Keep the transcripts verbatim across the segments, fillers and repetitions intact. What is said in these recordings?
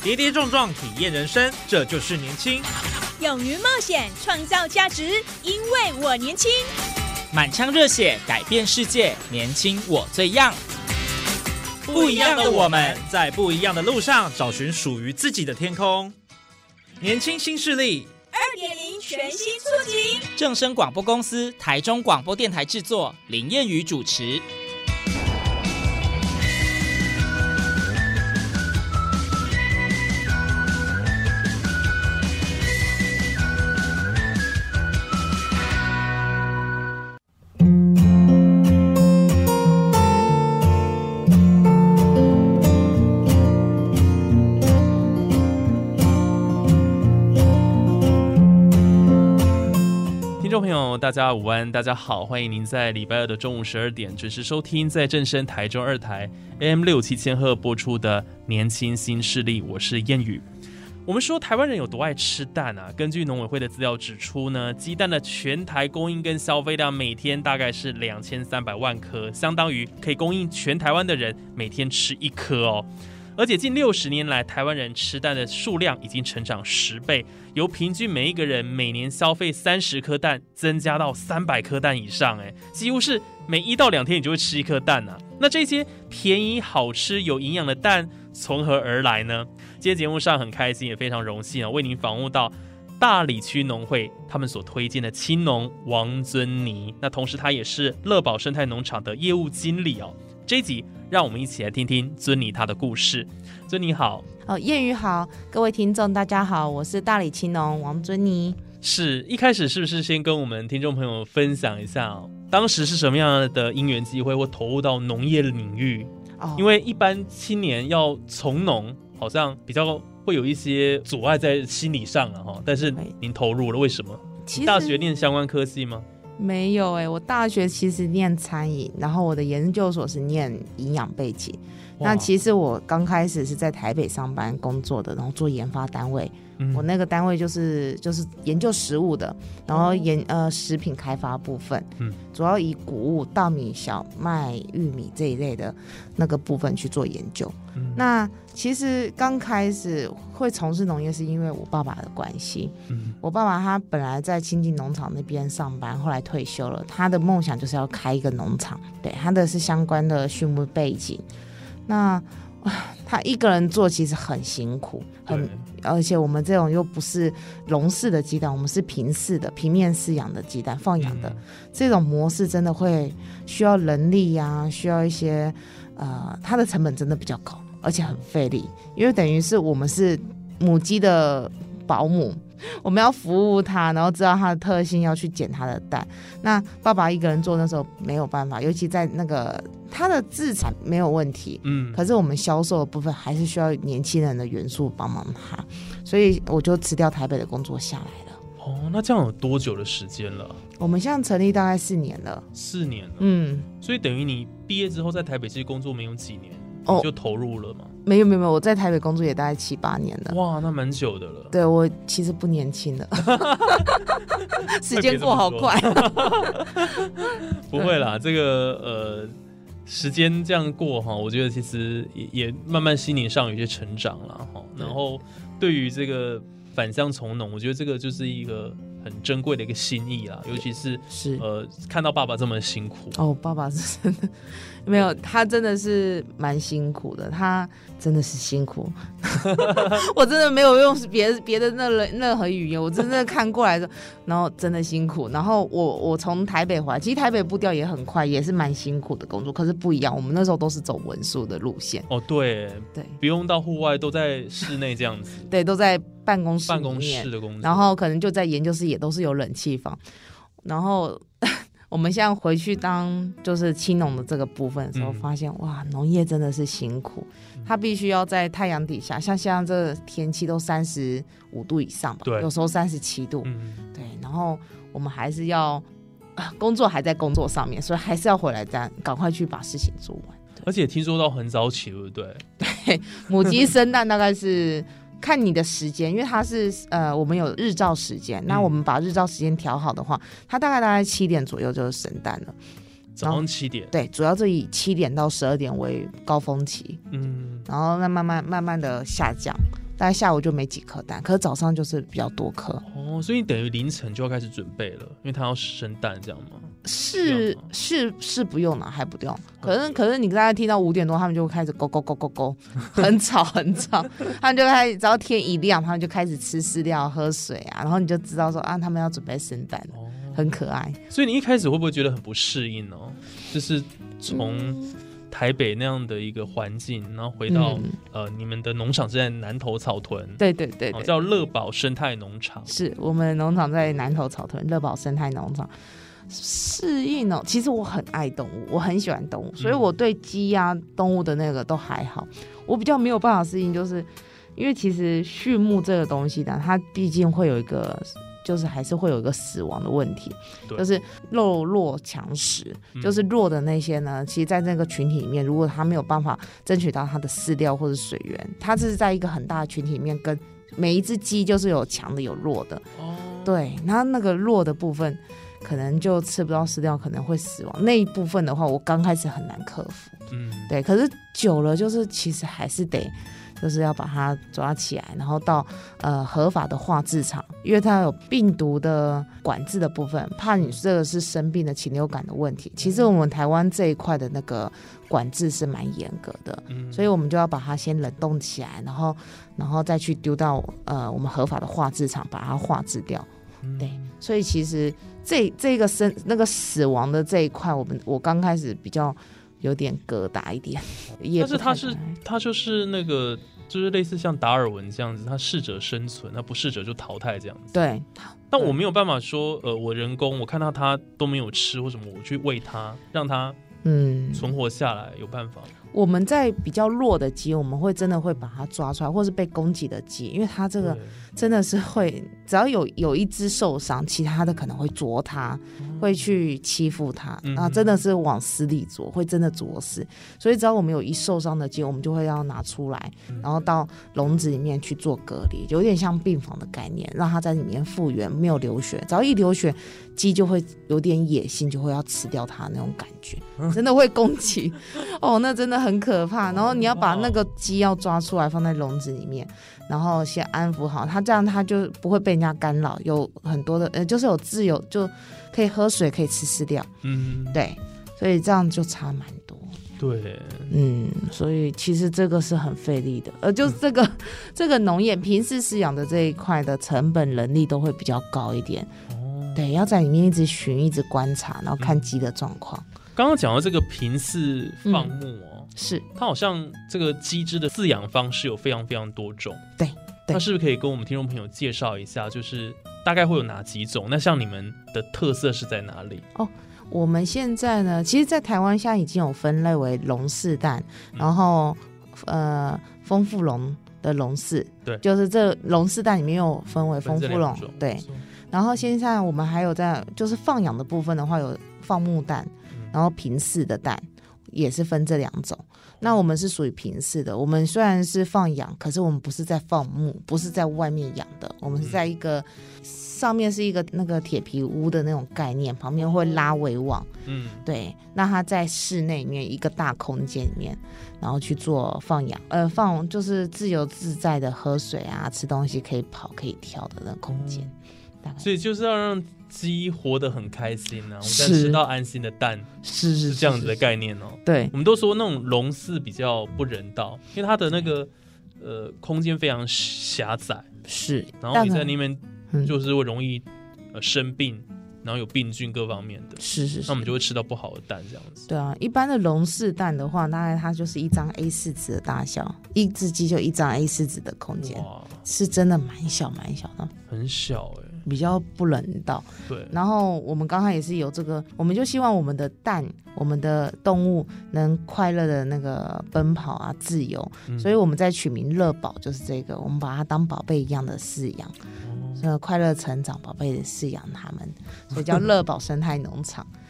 跌跌撞撞体验人生，这就是年轻。 勇于冒险，创造价值，因为我年轻。 满腔热血，改变世界，年轻我最样。 不一样的我们，在不一样的路上找寻属于自己的天空。年轻新势力二点零 全新出击， 正声广播公司台中广播电台制作，林燕瑜主持。 听众朋友大家午安，大家好，欢迎您在礼拜二的中午十二点准时收听在正声台中二台 A M 六七千赫播出的年轻新势力，我是燕宇。我们说台湾人有多爱吃蛋啊？根据农委会的资料指出呢，鸡蛋的全台供应跟消费量每天大概是两千三百万颗，相当于可以供应全台湾的人每天吃一颗哦。而且近六十年来，台湾人吃蛋的数量已经成长十倍，由平均每一个人每年消费三十颗蛋，增加到三百颗蛋以上，哎，几乎是每一到两天你就会吃一颗蛋啊。那这些便宜、好吃、有营养的蛋从何而来呢？今天节目上很开心，也非常荣幸啊，为您访问到大里区农会他们所推荐的青农王尊尼，那同时他也是乐宝生态农场的业务经理哦。这一集让我们一起来听听尊尼他的故事。尊尼好。 哦，燕宇好，各位听众大家好，我是大里青农王尊尼。 是一开始是不是先跟我们听众朋友分享一下、哦、当时是什么样的因缘机会或投入到农业领域、哦、因为一般青年要从农好像比较会有一些阻碍在心理上了，但是您投入了，为什么？你大学念相关科系吗？ 没有哎、欸，我大学其实念餐饮，然后我的研究所是念营养背景。那其实我刚开始是在台北上班工作的，然后做研发单位。嗯、我那个单位就是就是研究食物的，然后研呃食品开发部分，嗯，主要以谷物、稻米、小麦、玉米这一类的那个部分去做研究。嗯、那其实刚开始会从事农业是因为我爸爸的关系。嗯、我爸爸他本来在清境农场那边上班，后来退休了，他的梦想就是要开一个农场，对，他的是相关的畜牧背景。那他一个人做其实很辛苦，很而且我们这种又不是笼式的鸡蛋，我们是平式的平面饲养的鸡蛋放养的、嗯、这种模式真的会需要人力啊，需要一些呃，它的成本真的比较高，而且很费力，因为等于是我们是母鸡的保姆，我们要服务它，然后知道它的特性，要去捡它的蛋。那爸爸一个人做那时候没有办法，尤其在那个它的自产没有问题，嗯，可是我们销售的部分还是需要年轻人的元素帮忙他，所以我就辞掉台北的工作下来了。 哦，那这样有多久的时间了？ 我们现在成立大概四年了。 四年了，嗯，所以等于你毕业之后在台北其实工作没有几年，哦、你就投入了吗？ 没有没有没有，我在台北工作也大概七八年了。 哇，那蛮久的了。 对，我其实不年轻了，时间过好快。 不会啦，这个呃，时间这样过哈，我觉得其实 也, 也慢慢心灵上有些成长了哈。然后对于这个返乡从农，我觉得这个就是一个很珍贵的一个心意啦，尤其是是呃看到爸爸这么辛苦。哦， 爸爸是真的没有，他真的是蛮辛苦的，他真的是辛苦。我真的没有用别别的那任何语言，我真的看过来的，然后真的辛苦。然后我我从台北回来，其实台北步调也很快，也是蛮辛苦的工作，可是不一样，我们那时候都是走文书的路线。 哦，对对，不用到户外，都在室内这样子。 对，都在办公室里面， 办公室的工作， 然后可能就在研究室也都是有冷气房，然后我们现在回去当就是青农的这个部分的时候，发现、嗯、哇，农业真的是辛苦，它必须要在太阳底下，像现在这个天气都三十五度以上吧，有时候三十七度、嗯，对，然后我们还是要、呃、工作还在工作上面，所以还是要回来再赶快去把事情做完。 而且听说到很早起，对不对？ 对，母鸡生蛋大概是。看你的时间，因为它是呃，我们有日照时间、嗯，那我们把日照时间调好的话，它大概大概七点左右就是生蛋了。 早上七点， 对，主要是以七点到十二点为高峰期，嗯，然后那慢慢慢慢的下降， 大概下午就没几颗蛋，可是早上就是比较多颗。 哦，所以你等于凌晨就要开始准备了，因为它要生蛋这样吗？ 是是是不用了，还不用。可是可是你大概听到五点多，他们就开始勾勾勾勾勾，很吵很吵。他们就开始，只要天一亮，他们就开始吃饲料、喝水啊，然后你就知道说啊，他们要准备生蛋了，很可爱。 所以你一开始会不会觉得很不适应呢？就是从台北那样的一个环境，然后回到、嗯、呃你们的农场是在南投草屯， 对对 对, 对、哦、 叫乐宝生态农场， 是我们农场在南投草屯乐宝生态农场。适应哦，其实我很爱动物，我很喜欢动物，所以我对鸡啊动物的那个都还好。我比较没有办法适应，就是因为其实畜牧这个东西呢，它毕竟会有一个，就是还是会有一个死亡的问题，就是肉弱强食，就是弱的那些呢，其实在这个群体里面，如果它没有办法争取到它的饲料或者水源，它是在一个很大的群体里面，跟每一只鸡就是有强的有弱的，哦，对，它那个弱的部分可能就吃不到饲料，可能会死亡。那一部分的话，我刚开始很难克服，嗯，对。可是久了，就是其实还是得，就是要把它抓起来，然后到呃合法的化制厂，因为它有病毒的管制的部分，怕你这个是生病的禽流感的问题。其实我们台湾这一块的那个管制是蛮严格的，嗯，所以我们就要把它先冷冻起来，然后然后再去丢到呃我们合法的化制厂，把它化制掉。对，所以其实这这个生那个死亡的这一块，我们我刚开始比较有点疙瘩一点，也但是它是它就是那个就是类似像达尔文这样子，它适者生存，那不适者就淘汰这样子。 对， 但我没有办法说，呃，我人工我看到它都没有吃或什么，我去喂它，让它嗯存活下来，有办法。 我们在比较弱的鸡，我们会真的会把它抓出来，或是被攻击的鸡，因为它这个真的是会，只要有有一只受伤，其他的可能会啄它，嗯、会去欺负它，然后真的是往死里啄，会真的啄死。所以只要我们有一受伤的鸡，我们就会要拿出来，然后到笼子里面去做隔离，有点像病房的概念，让它在里面复原，没有流血。只要一流血，鸡就会有点野性，就会要吃掉它那种感觉，真的会攻击。哦，那真的很可怕。然后你要把那个鸡要抓出来，放在笼子里面，然后先安抚好它，这样它就不会被人家干扰，有很多的呃，就是有自由，就可以喝水，可以吃饲料。嗯，对，所以这样就差蛮多。 对， 嗯，所以其实这个是很费力的，呃，就是这个、嗯、这个农业平饲饲养的这一块的成本人力都会比较高一点。哦，对，要在里面一直巡，一直观察，然后看鸡的状况。 刚刚讲到这个平饲放牧哦、嗯， 是它好像这个鸡只的饲养方式有非常非常多种。 对， 那是不是可以跟我们听众朋友介绍一下，就是大概会有哪几种？那像你们的特色是在哪里？ 哦，我们现在呢，其实在台湾现在已经有分类为笼饲蛋，然后、嗯、呃丰富笼的笼饲，对，就是这笼饲蛋里面有分为丰富笼，对。然后现在我们还有在就是放养的部分的话，有放牧蛋，然后平饲的蛋也是分这两种。那我们是属于平饲的，我们虽然是放养，可是我们不是在放牧，不是在外面养的，我们是在一个上面是一个那个铁皮屋的那种概念，旁边会拉围网，嗯，对，那它在室内里面一个大空间里面，然后去做放养，呃，放就是自由自在的喝水啊，吃东西可以跑可以跳的那个空间。 所以就是要让鸡活得很开心啊，我们在吃到安心的蛋， 是是是这样子的概念哦。 对， 我们都说那种笼饲比较不人道，因为它的那个呃空间非常狭窄， 是， 然后你在里面就是会容易、呃、生病，然后有病菌各方面的， 是是是， 那我们就会吃到不好的蛋这样子。 对啊，一般的笼饲蛋的话，大概它就是一张 A 四 纸的大小，一只鸡就一张 A 四 纸的空间，是真的蛮小蛮小的， 很小哎、欸。 比较不人道， 对。 然后我们刚才也是有这个，我们就希望我们的蛋，我们的动物能快乐的那个奔跑啊，自由。嗯、所以我们在取名乐宝就是这个，我们把它当宝贝一样的饲养，哦、快乐成长，宝贝的饲养它们，所以叫乐宝生态农场。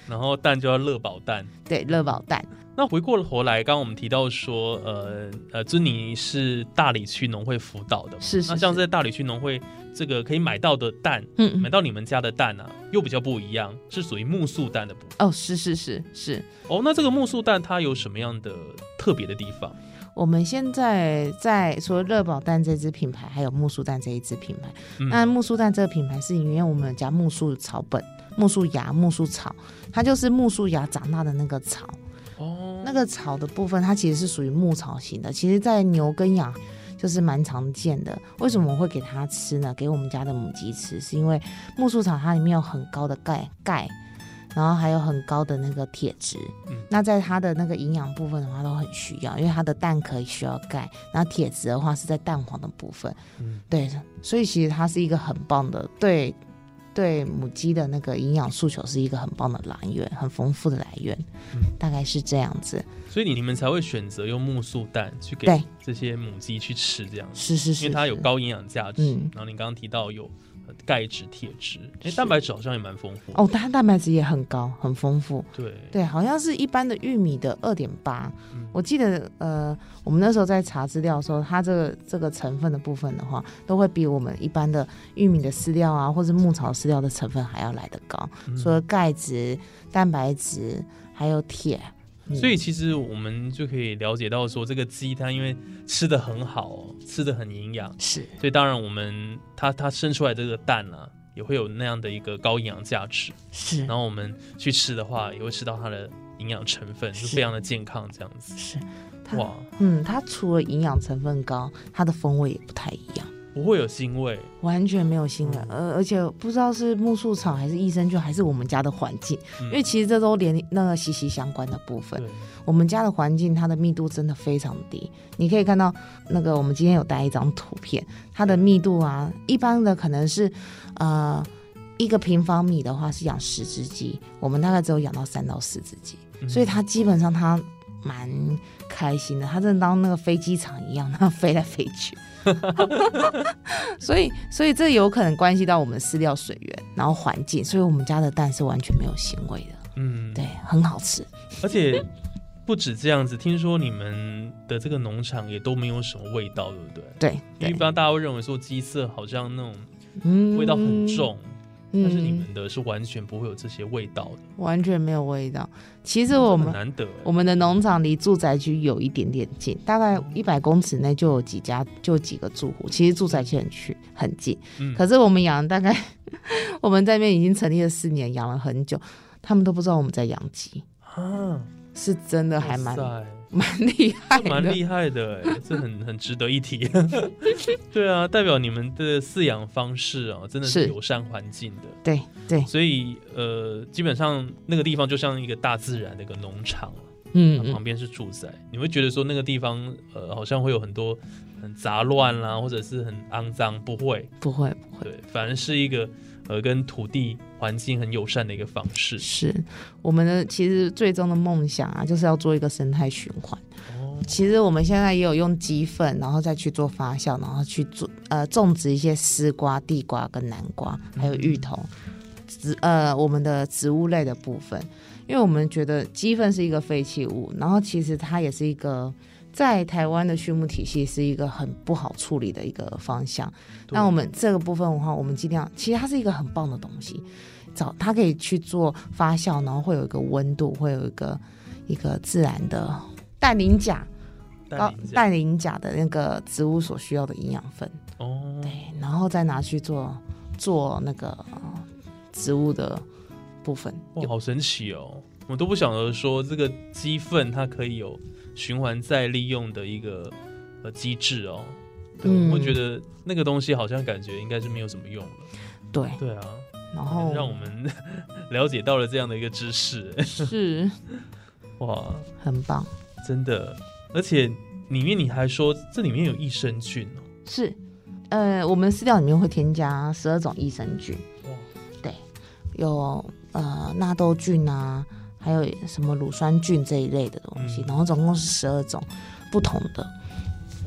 然后蛋就要乐宝蛋， 对，乐宝蛋。 那回过头来，刚刚我们提到说，呃呃，尊妮是大里区农会辅导的， 是是是。 那像在大里区农会这个可以买到的蛋，嗯，买到你们家的蛋啊，又比较不一样，是属于木素蛋的部分。 哦，是是是是。 哦，那这个木素蛋它有什么样的特别的地方？ 我们现在在除了乐宝蛋这支品牌，还有木素蛋这一支品牌。嗯、那木素蛋这个品牌是因为我们家木素草本、木素芽、木素草，它就是木素芽长大的那个草。哦，那个草的部分，它其实是属于牧草型的，其实在牛跟羊就是蛮常见的。为什么我会给它吃呢？给我们家的母鸡吃，是因为木素草它里面有很高的钙钙。然后还有很高的那个铁质、嗯、那在它的那个营养部分的话都很需要，因为它的蛋壳需要钙，然后铁质的话是在蛋黄的部分、嗯、对，所以其实它是一个很棒的，对对母鸡的那个营养诉求是一个很棒的来源，很丰富的来源、嗯、大概是这样子。 所以你们才会选择用木素蛋去给这些母鸡去吃，这样子是是是， 因为它有高营养价值、嗯、然后你刚刚提到有钙质、铁质，哎，蛋白质好像也蛮丰富哦，它蛋白质也很高，很丰富。 对对，好像是一般的玉米的 二点八、嗯、我记得呃，我们那时候在查资料的时候，它这个这个成分的部分的话，都会比我们一般的玉米的饲料啊，或者牧草饲料的成分还要来得高。嗯、除了钙质、蛋白质，还有铁。 所以其实我们就可以了解到说，这个鸡它因为吃得很好，吃得很营养， 是， 所以当然我们它它生出来这个蛋啊，也会有那样的一个高营养价值， 是。 然后我们去吃的话，也会吃到它的营养成分，就非常的健康这样子。 是， 哇， 嗯，它除了营养成分高，它的风味也不太一样。 不会有腥味， 完全没有腥味，而而且不知道是木素草还是益生菌还是我们家的环境、嗯、因为其实这都连那个息息相关的部分。我们家的环境它的密度真的非常低，你可以看到那个我们今天有带一张图片，它的密度啊，一般的可能是呃一个平方米的话是养十只鸡，我们大概只有养到三到四只鸡、嗯、所以它基本上它蛮开心的，它真的当那个飞机场一样，它飞来飞去所以所以这有可能关系到我们饲料水源，然后环境，所以我们家的蛋是完全没有腥味的。嗯，对，很好吃。 而且不止这样子，听说你们的这个农场也都没有什么味道，对不对？ 对， 因为一般大家会认为说鸡舍好像那种味道很重、嗯、但是你们的是完全不会有这些味道的， 完全没有味道。其实我们很难得， 我们的农场离住宅区有一点点近，大概一百公尺内就有几家，就有几个住户。其实住宅区很去很近、嗯，可是我们养大概我们在那边已经成立了四年，养了很久，他们都不知道我们在养鸡啊，是真的还蛮蛮厉害的， 蛮厉害的哎，这很很值得一提。对啊，代表你们的饲养方式啊，真的是友善环境的。 对对， 所以呃，基本上那个地方就像一个大自然的一个农场，嗯，旁边是住宅，你会觉得说那个地方呃，好像会有很多很杂乱啦，或者是很肮脏，不会， 不会，不会， 对，反而是一个呃跟土地环境很友善的一个方式。 是我们的其实最终的梦想啊，就是要做一个生态循环。哦，其实我们现在也有用鸡粪，然后再去做发酵，然后去做呃种植一些丝瓜、地瓜跟南瓜，还有芋头，植呃我们的植物类的部分。因为我们觉得鸡粪是一个废弃物，然后其实它也是一个在台湾的畜牧体系是一个很不好处理的一个方向。那我们这个部分的话，我们尽量，其实它是一个很棒的东西，找它可以去做发酵，然后会有一个温度，会有一个一个自然的氮磷钾高氮磷钾的那个植物所需要的营养分。哦，对，然后再拿去做做那个植物的部分。 哇，好神奇哦！我都不晓得说这个鸡粪它可以有循环再利用的一个呃机制哦。对，嗯，我觉得那个东西好像感觉应该是没有什么用了。 对对啊， 然后让我们了解到了这样的一个知识。 是， 哇， 很棒， 真的。而且里面你还说这里面有益生菌哦。 是，呃，我们饲料里面会添加十二种益生菌。哇，对，有呃纳豆菌啊，还有什么乳酸菌这一类的东西，嗯，然后总共是十二种不同的。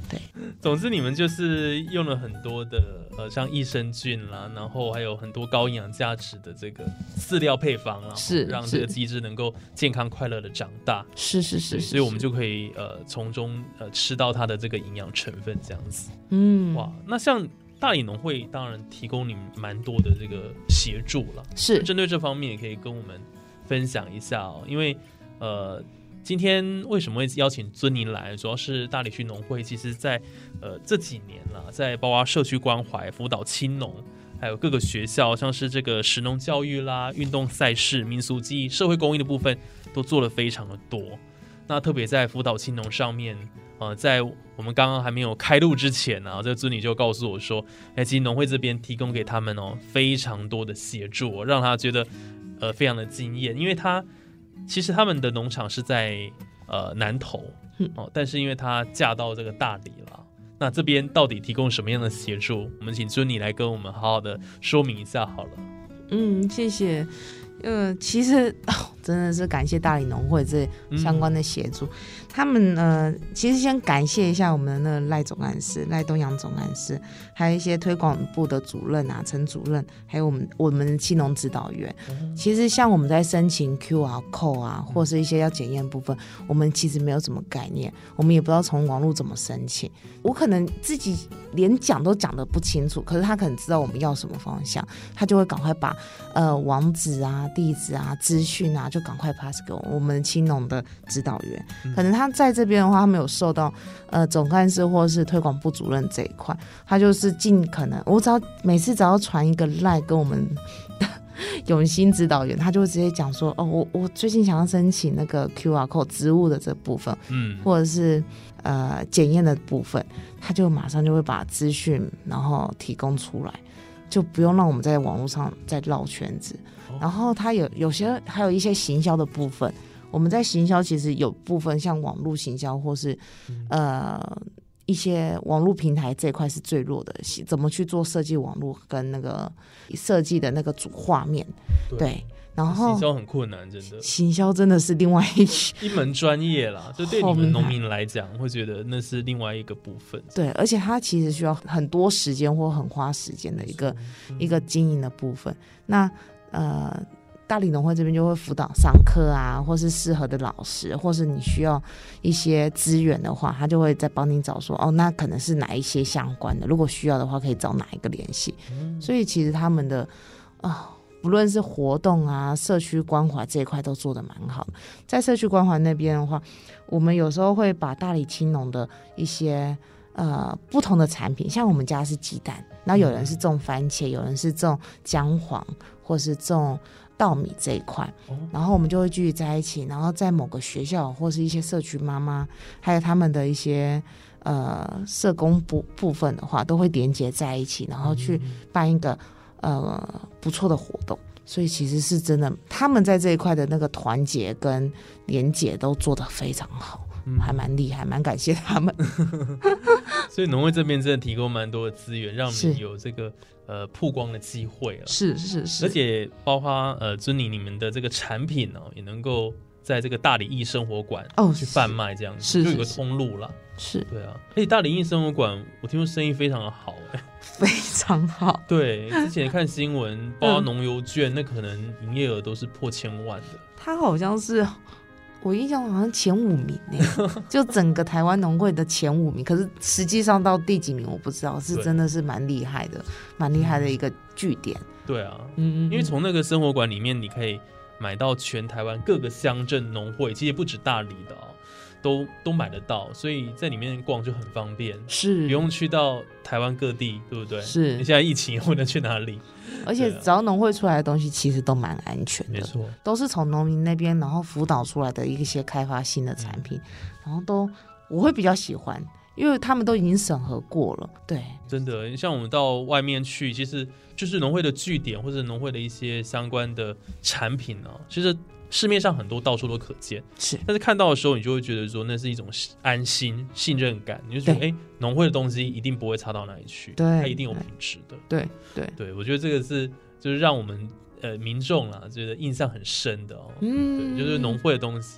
对， 总之你们就是用了很多的呃，像益生菌啦，然后还有很多高营养价值的这个饲料配方啦， 是让这个鸡只能够健康快乐的长大。 是是是是， 所以我们就可以呃从中呃吃到它的这个营养成分，这样子。 嗯， 哇，那像大里农会当然提供你们蛮多的这个协助了， 是针对这方面也可以跟我们分享一下哦。因为呃，今天为什么会邀请尊妮来，主要是大里区农会其实在呃这几年啦，在包括社区关怀、辅导青农，还有各个学校，像是这个食农教育啦、运动赛事、民俗技艺、社会公益的部分，都做了非常的多。那特别在辅导青农上面。呃，在我们刚刚还没有开录之前啊，这个尊妮就告诉我说，哎，其实农会这边提供给他们哦非常多的协助、哦，让他觉得呃非常的惊艳，因为他其实他们的农场是在呃南投哦，但是因为他嫁到这个大里了，那这边到底提供什么样的协助？我们请尊妮来跟我们好好的说明一下好了。 嗯，谢谢。呃，其实、哦、真的是感谢大里农会这相关的协助。嗯、他们呃，其实先感谢一下我们的那个赖总干事、赖东阳总干事，还有一些推广部的主任啊、陈主任，还有我们我们的青农指导员。嗯、其实像我们在申请 Q R code 啊，或是一些要检验部分，我们其实没有什么概念，我们也不知道从网络怎么申请。我可能自己连讲都讲得不清楚，可是他可能知道我们要什么方向，他就会赶快把呃网址啊、地址啊、资讯啊，就赶快 pass 给我们青农的指导员。嗯、可能他在这边的话，他没有受到呃总干事或是推广部主任这一块，他就是尽可能，我只要每次只要传一个 line 跟我们永兴指导员，他就会直接讲说，哦，我我最近想要申请那个 Q R code 植物的这部分，嗯，或者是呃检验的部分，他就马上就会把资讯然后提供出来，就不用让我们在网络上再绕圈子。然后他有有些还有一些行销的部分，我们在行销其实有部分像网络行销或是、嗯、呃一些网络平台这一块是最弱的，怎么去做设计网络跟那个设计的那个主画面， 对, 对，然后行销很困难，真的， 行销真的是另外一一门专业啦，就对你们农民来讲，会觉得那是另外一个部分。 对，而且它其实需要很多时间或很花时间的一个、嗯、一个经营的部分。那呃。大里农会这边就会辅导上课啊，或是适合的老师，或是你需要一些资源的话，他就会再帮你找说，哦，那可能是哪一些相关的，如果需要的话可以找哪一个联系、嗯、所以其实他们的啊、呃，不论是活动啊、社区关怀这一块都做得蛮好的。在社区关怀那边的话，我们有时候会把大里青农的一些呃不同的产品，像我们家是鸡蛋，然后有人是种番茄，有人是种姜黄，或是种稻米这一块，然后我们就会聚集在一起，然后在某个学校或是一些社区妈妈，还有他们的一些呃社工部部分的话，都会连结在一起，然后去办一个呃不错的活动。所以其实是真的，他们在这一块的那个团结跟连结都做得非常好。嗯、还蛮厉害，蛮感谢他们。 所以农会这边真的提供蛮多的资源，让你有这个呃曝光的机会了。 是是是， 而且包括呃尊妮你们的这个产品哦，也能够在这个大里益生活馆哦去贩卖，这样子、哦、就有个通路啦。 是， 对啊。而且大里益生活馆，我听说生意非常的好、欸， 非常好。 对，之前看新闻，包括农油券，嗯、那可能营业额都是破千万的。 他好像是。我印象好像前五名呢，就整个台湾农会的前五名，可是实际上到第几名我不知道，是真的是蛮厉害的，蛮厉害的一个据点。 对啊，嗯，因为从那个生活馆里面，你可以买到全台湾各个乡镇农会，其实也不止大里的哦，都都买得到，所以在里面逛就很方便， 是不用去到台湾各地，对不对？ 是， 你现在疫情也不能去哪里。 而且只要农会出来的东西其实都蛮安全的， 没错， 都是从农民那边然后辅导出来的一些开发新的产品、嗯、然后都我会比较喜欢，因为他们都已经审核过了。对，真的像我们到外面去，其实就是农会的据点或者农会的一些相关的产品呢、啊，其实市面上很多到处都可见， 是， 但是看到的时候你就会觉得说那是一种安心信任感，你就觉得哎，农会的东西一定不会差到哪里去， 对， 它一定有品质的。 对对对, 对，我觉得这个是就是让我们呃民众啦觉得印象很深的哦。嗯，对，就是农会的东西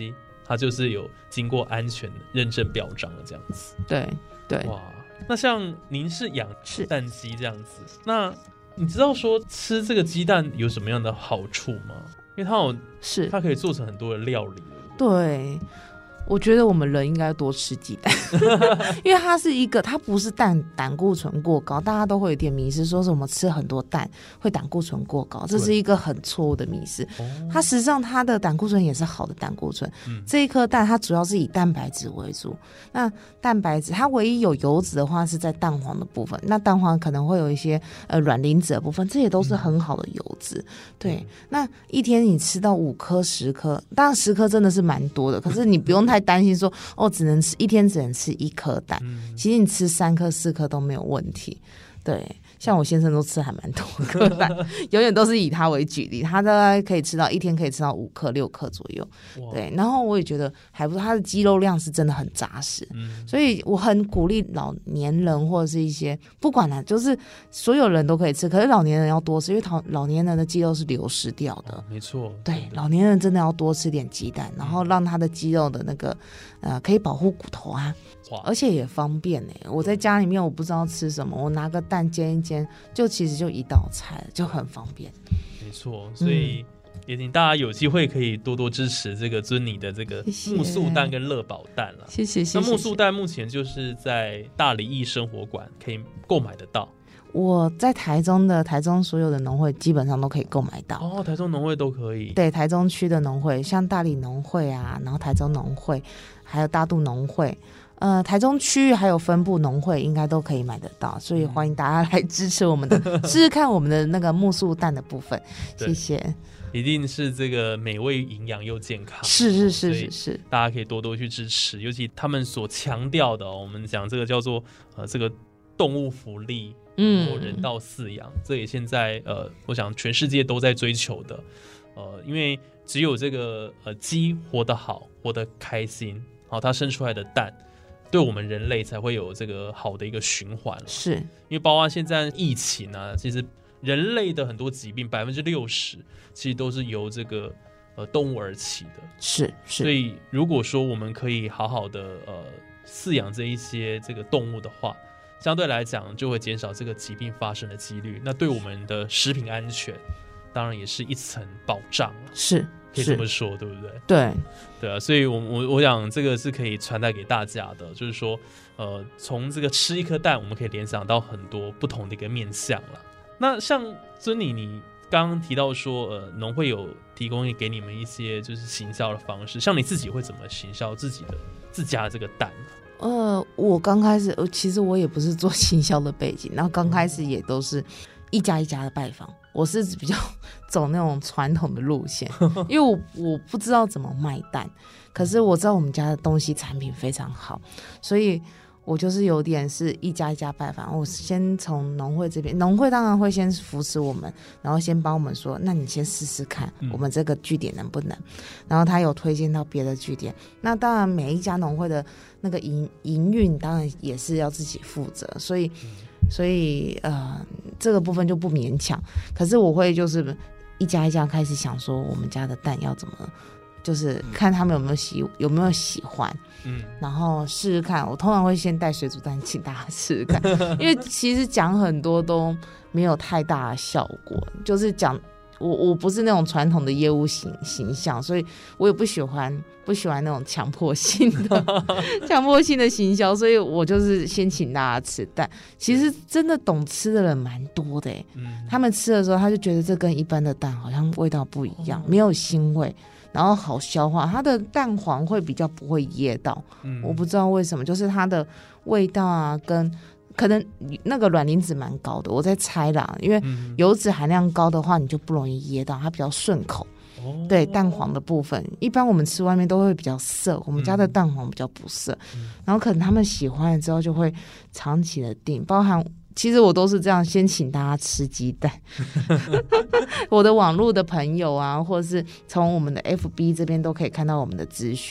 它就是有经过安全认证标章的这样子。 对对。 哇，那像您是养蛋鸡这样子，那你知道说吃这个鸡蛋有什么样的好处吗？因为它有是它可以做成很多的料理。 对，我觉得我们人应该多吃鸡蛋因为它是一个，它不是蛋胆固醇过高，大家都会有点迷思，说是我们吃很多蛋会胆固醇过高，这是一个很错误的迷思。它实际上它的胆固醇也是好的胆固醇、嗯、这一颗蛋它主要是以蛋白质为主，那蛋白质它唯一有油脂的话是在蛋黄的部分，那蛋黄可能会有一些呃软磷脂的部分，这也都是很好的油脂、嗯、对。那一天你吃到五颗十颗，当然十颗真的是蛮多的，可是你不用太担心说哦，只能吃一天只能吃一颗蛋、嗯、其实你吃三颗四颗都没有问题。对，像我先生都吃还蛮多颗蛋永远都是以他为举例，他大概可以吃到一天可以吃到五颗六颗左右。对，然后我也觉得还不错，他的肌肉量是真的很扎实、嗯、所以我很鼓励老年人或者是一些不管了，就是所有人都可以吃，可是老年人要多吃，因为老年人的肌肉是流失掉的、哦、 没错。 对，老年人真的要多吃点鸡蛋，然后让他的肌肉的那个呃可以保护骨头啊，而且也方便耶、欸、我在家里面我不知道吃什么，我拿个蛋煎一煎，就其实就一道菜，就很方便。 没错，所以也请大家有机会可以多多支持这个尊妮的这个木素蛋跟乐宝蛋了。 谢谢谢谢。 那木素蛋目前就是在大里益生活馆可以购买得到。 我在台中的台中所有的农会基本上都可以购买到。 哦，台中农会都可以。 对，台中区的农会，像大里农会啊，然后台中农会，还有大肚农会。呃，台中区域还有分部农会应该都可以买得到，所以欢迎大家来支持我们的试试看我们的那个木素蛋的部分。谢谢。 一定是这个美味营养又健康， 是是是是是， 大家可以多多去支持，尤其他们所强调的、哦、我们讲这个叫做呃这个动物福利，嗯，人道饲养，这也现在呃我想全世界都在追求的，呃，因为只有这个呃鸡活得好，活得开心，好，它生出来的蛋。对我们人类才会有这个好的一个循环， 是因为包括现在疫情啊，其实人类的很多疾病百分之六十其实都是由这个呃动物而起的， 是是。 所以如果说我们可以好好的呃饲养这一些这个动物的话，相对来讲就会减少这个疾病发生的几率，那对我们的食品安全当然也是一层保障， 是。 可以这么说，对不对？ 对对啊，所以我我我想这个是可以传达给大家的，就是说，呃，从这个吃一颗蛋，我们可以联想到很多不同的一个面向了。那像尊妮，你刚刚提到说，呃，农会有提供给你们一些就是行销的方式，像你自己会怎么行销自己的自家的这个蛋？ 呃，我刚开始，其实我也不是做行销的背景，然后刚开始也都是一家一家的拜访。我是比较走那种传统的路线，因为 我, 我不知道怎么卖蛋，可是我知道我们家的东西产品非常好，所以我就是有点是一家一家拜访。我先从农会这边，农会当然会先扶持我们，然后先帮我们说，那你先试试看我们这个据点能不能、嗯、然后他有推荐到别的据点，那当然每一家农会的那个营营运当然也是要自己负责，所以、嗯所以呃，这个部分就不勉强，可是我会就是一家一家开始想说我们家的蛋要怎么，就是看他们有没有喜有没有喜欢，嗯，然后试试看。我通常会先带水煮蛋请大家试试看，因为其实讲很多都没有太大的效果，就是讲我我不是那种传统的业务形形象，所以我也不喜欢不喜欢那种强迫性的强迫性的行销，所以我就是先请大家吃蛋。其实真的懂吃的人蛮多的、欸嗯、他们吃的时候他就觉得这跟一般的蛋好像味道不一样、哦、没有腥味，然后好消化，它的蛋黄会比较不会噎到、嗯、我不知道为什么，就是它的味道啊跟可能那个卵磷脂蛮高的，我在猜啦，因为油脂含量高的话你就不容易噎到，它比较顺口、哦、对蛋黄的部分一般我们吃外面都会比较涩，我们家的蛋黄比较不涩、嗯、然后可能他们喜欢了之后就会长期的订，包含其实我都是这样先请大家吃鸡蛋我的网络的朋友啊或者是从我们的 F B 这边都可以看到我们的资讯，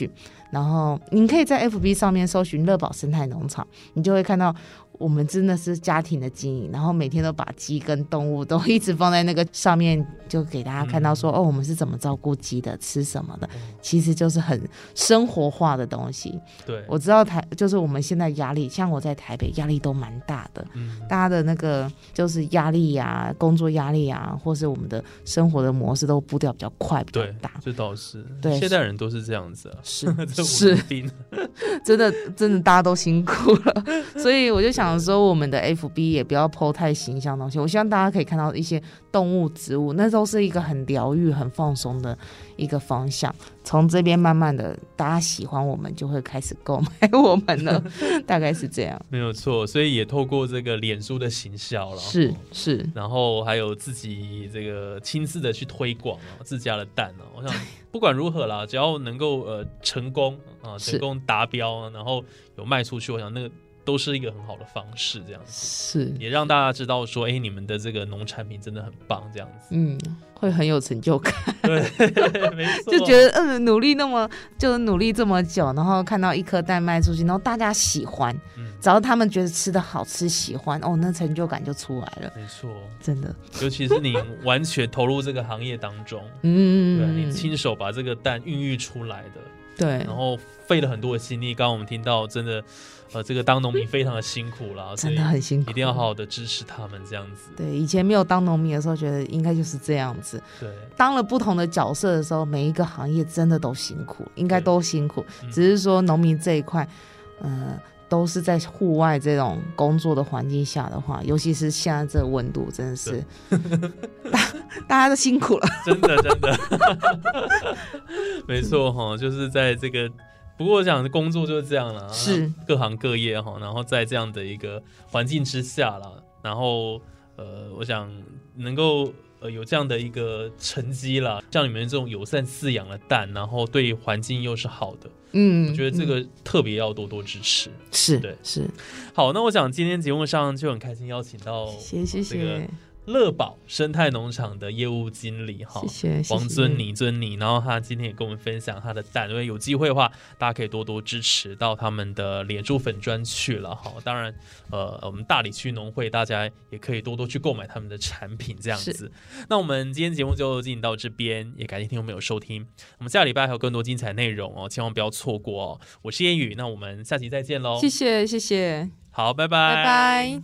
然后你可以在 F B 上面搜寻乐宝生态农场，你就会看到我们真的是家庭的经营，然后每天都把鸡跟动物都一直放在那个上面，就给大家看到说、嗯、哦，我们是怎么照顾鸡的，吃什么的，其实就是很生活化的东西。 对， 我知道台就是我们现在压力，像我在台北压力都蛮大的、嗯、大家的那个就是压力啊，工作压力啊，或是我们的生活的模式都步调比较快比较大。 对，这倒是， 对， 现代人都是这样子啊， 是是真的真的大家都辛苦了，所以我就想说我们的 F B 也不要 po 太形象的东西，我希望大家可以看到一些动物植物，那都是一个很疗愈很放松的一个方向，从这边慢慢的大家喜欢我们就会开始购买我们了大概是这样， 没有错，所以也透过这个脸书的行销了， 是是， 然后还有自己这个亲自的去推广自家的蛋，我想不管如何啦，只要能够呃成功啊，成功达标，然后有卖出去，我想那个都是一个很好的方式，这样子是也让大家知道说，哎，你们的这个农产品真的很棒，这样子， 嗯，会很有成就感。 对，没错， 就觉得嗯，努力那么就努力这么久，然后看到一颗蛋卖出去，然后大家喜欢，嗯、只要他们觉得吃的好吃喜欢，哦，那成就感就出来了。 没错， 真的， 尤其是你完全投入这个行业当中， 嗯， 对，你亲手把这个蛋孕育出来的， 对， 然后费了很多的心力。刚刚我们听到，真的。呃，这个当农民非常的辛苦啦， 真的很辛苦， 一定要好好的支持他们这样子。 对，以前没有当农民的时候，觉得应该就是这样子。 对， 当了不同的角色的时候，每一个行业真的都辛苦，应该都辛苦，只是说农民这一块，呃，都是在户外这种工作的环境下的话，尤其是现在这个温度，真的是大大家都辛苦了， 真的真的，没错哈，就是在这个。不过我想工作就是这样啦， 是各行各业哈，然后在这样的一个环境之下啦，然后呃，我想能够呃有这样的一个成绩啦，像你们这种友善饲养的蛋，然后对环境又是好的，嗯，我觉得这个特别要多多支持， 是， 对， 是。 好，那我想今天节目上就很开心邀请到， 谢谢谢谢。 乐宝生态农场的业务经理哈， 谢谢王尊倪尊倪，然后他今天也跟我们分享他的蛋，因为有机会的话，大家可以多多支持到他们的脸书粉专去了哈。当然，呃，我们大里区农会大家也可以多多去购买他们的产品这样子。那我们今天节目就进行到这边，也感谢听众朋友收听。我们下礼拜还有更多精彩内容哦，千万不要错过哦。我是燕宇，那我们下期再见喽。 谢谢谢谢， 好，拜拜拜拜。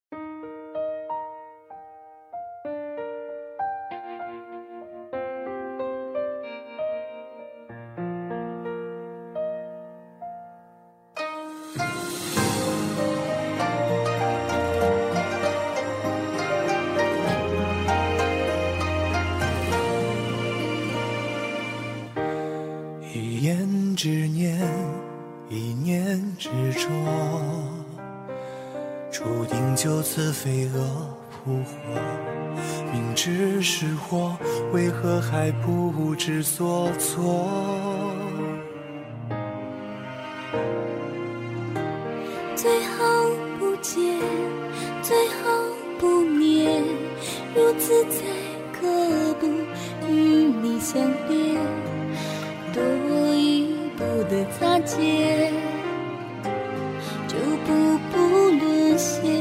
执念，一念执着，注定就此飞蛾扑火。明知是祸，为何还不知所措？ 最好不见，最好不念，如此才可不与你相恋。多一步的擦肩，就步步沦陷。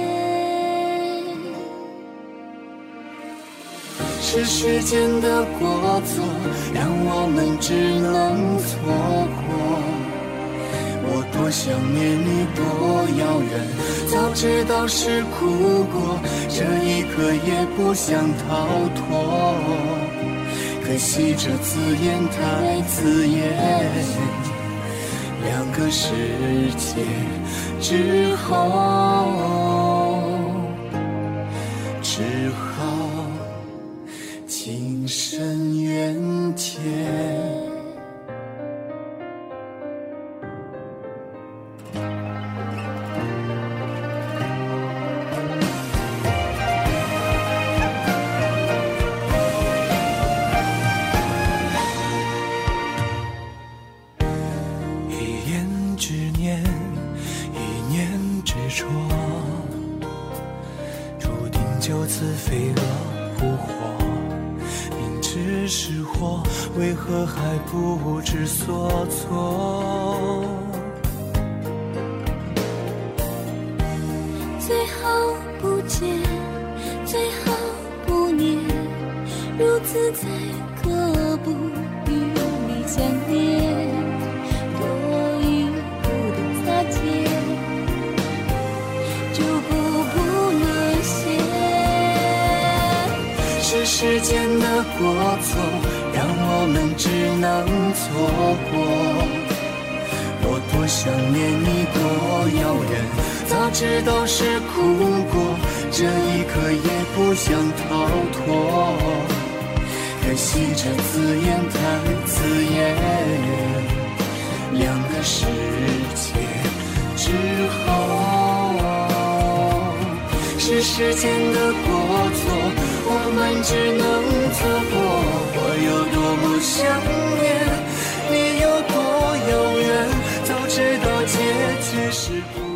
是时间的过错，让我们只能错过。我多想念你，多遥远，早知道是苦果，这一刻也不想逃脱。可惜这字眼太刺眼，两个世界之后，只好情深缘浅。就此飞蛾扑火，明知只是火，为何还不知所措？ 最好不见，最好不念，如此才可不与你相恋。多余不的擦肩，就不不沦陷。 是时间的过错，让我们只能错过。我多想念你，多遥远，早知道是苦果，这一刻也不想逃脱。可惜这字眼太刺眼，两个世界之后，是时间的过错，我们只能错过。我有多么想念，你有多遥远，早知道结局是不